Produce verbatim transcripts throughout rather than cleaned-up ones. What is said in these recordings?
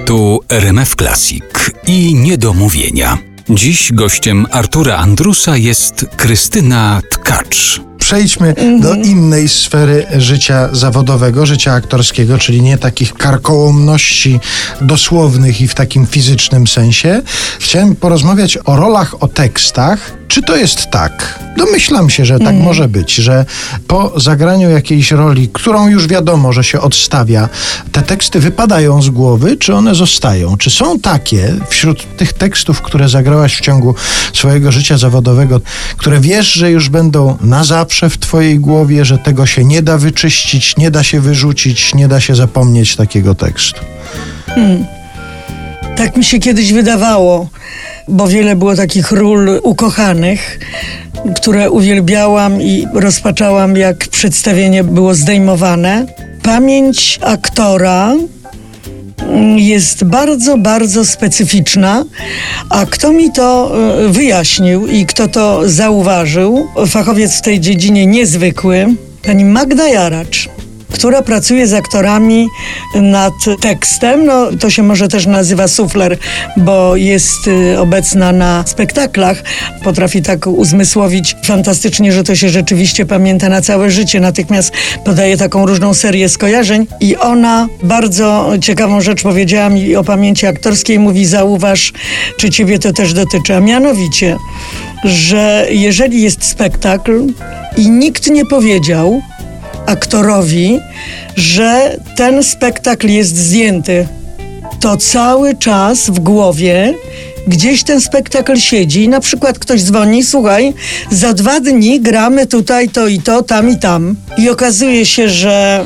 Tu R M F Classic i Niedomówienia. Dziś gościem Artura Andrusa jest Krystyna Tkacz. Przejdźmy mm-hmm. do innej sfery życia zawodowego, życia aktorskiego, czyli nie takich karkołomności dosłownych i w takim fizycznym sensie. Chciałem porozmawiać o rolach, o tekstach. Czy to jest tak? Domyślam się, że tak mm. może być, że po zagraniu jakiejś roli, którą już wiadomo, że się odstawia, te teksty wypadają z głowy, czy one zostają? Czy są takie wśród tych tekstów, które zagrałaś w ciągu swojego życia zawodowego, które wiesz, że już będą na zawsze w twojej głowie, że tego się nie da wyczyścić, nie da się wyrzucić, nie da się zapomnieć takiego tekstu? Hmm. Tak mi się kiedyś wydawało, bo wiele było takich ról ukochanych, które uwielbiałam i rozpaczałam, jak przedstawienie było zdejmowane. Pamięć aktora jest bardzo, bardzo specyficzna, a kto mi to wyjaśnił i kto to zauważył, fachowiec w tej dziedzinie niezwykły, pani Magda Jaracz, która pracuje z aktorami nad tekstem. No, to się może też nazywa sufler, bo jest y, obecna na spektaklach. Potrafi tak uzmysłowić fantastycznie, że to się rzeczywiście pamięta na całe życie. Natychmiast podaje taką różną serię skojarzeń i ona bardzo ciekawą rzecz powiedziała mi o pamięci aktorskiej. Mówi: zauważ, czy ciebie to też dotyczy. A mianowicie, że jeżeli jest spektakl i nikt nie powiedział aktorowi, że ten spektakl jest zdjęty, to cały czas w głowie gdzieś ten spektakl siedzi. Na przykład ktoś dzwoni: słuchaj, za dwa dni gramy tutaj to i to, tam i tam. I okazuje się, że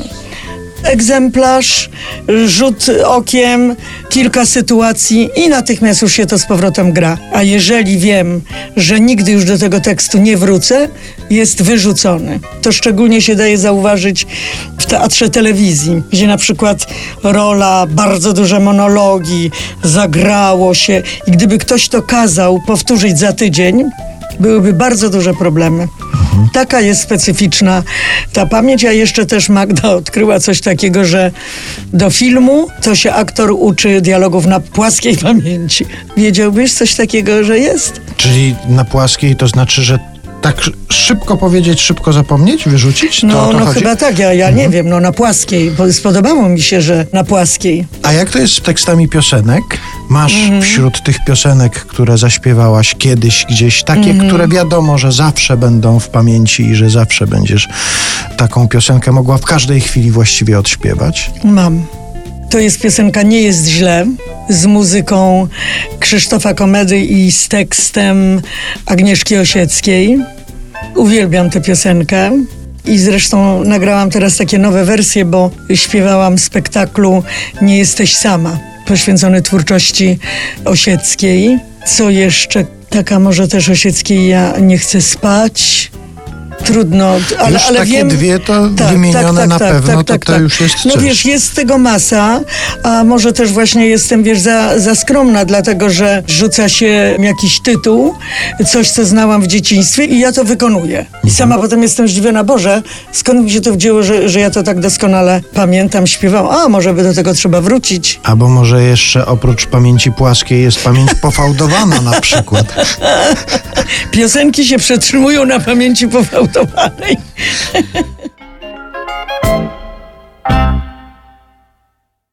egzemplarz, rzut okiem, kilka sytuacji i natychmiast już się to z powrotem gra. A jeżeli wiem, że nigdy już do tego tekstu nie wrócę, jest wyrzucony. To szczególnie się daje zauważyć w teatrze telewizji, gdzie na przykład rola, bardzo duże monologi, zagrało się i gdyby ktoś to kazał powtórzyć za tydzień, byłyby bardzo duże problemy. Mhm. Taka jest specyficzna ta pamięć, a jeszcze też Magda odkryła coś takiego, że do filmu to się aktor uczy dialogów na płaskiej pamięci. Wiedziałbyś coś takiego, że jest? Czyli na płaskiej to znaczy, że tak szybko powiedzieć, szybko zapomnieć, wyrzucić? To No, o to no chodzi? chyba tak, ja, ja mhm. nie wiem, no na płaskiej, bo spodobało mi się, że na płaskiej. A jak to jest z tekstami piosenek? Masz mhm. wśród tych piosenek, które zaśpiewałaś kiedyś gdzieś, takie, mhm. które wiadomo, że zawsze będą w pamięci i że zawsze będziesz taką piosenkę mogła w każdej chwili właściwie odśpiewać? Mam. To jest piosenka Nie jest źle, z muzyką Krzysztofa Komedy i z tekstem Agnieszki Osieckiej. Uwielbiam tę piosenkę i zresztą nagrałam teraz takie nowe wersje, bo śpiewałam w spektaklu Nie jesteś sama, poświęcony twórczości Osieckiej. Co jeszcze? Taka może też Osieckiej: Ja nie chcę spać. Trudno, ale, już ale takie wiem, dwie to tak, wymienione tak, na tak, pewno, tak, tak, to, to tak. już jest No coś. wiesz, jest tego masa, a może też właśnie jestem, wiesz, za, za skromna, dlatego że rzuca się jakiś tytuł, coś, co znałam w dzieciństwie i ja to wykonuję. I sama mhm. potem jestem zdziwiona: Boże, skąd mi się to wzięło, że, że ja to tak doskonale pamiętam, śpiewam. A może by do tego trzeba wrócić. Albo może jeszcze oprócz pamięci płaskiej jest pamięć pofałdowana na przykład. Piosenki się przetrzymują na pamięci pofałdowanej.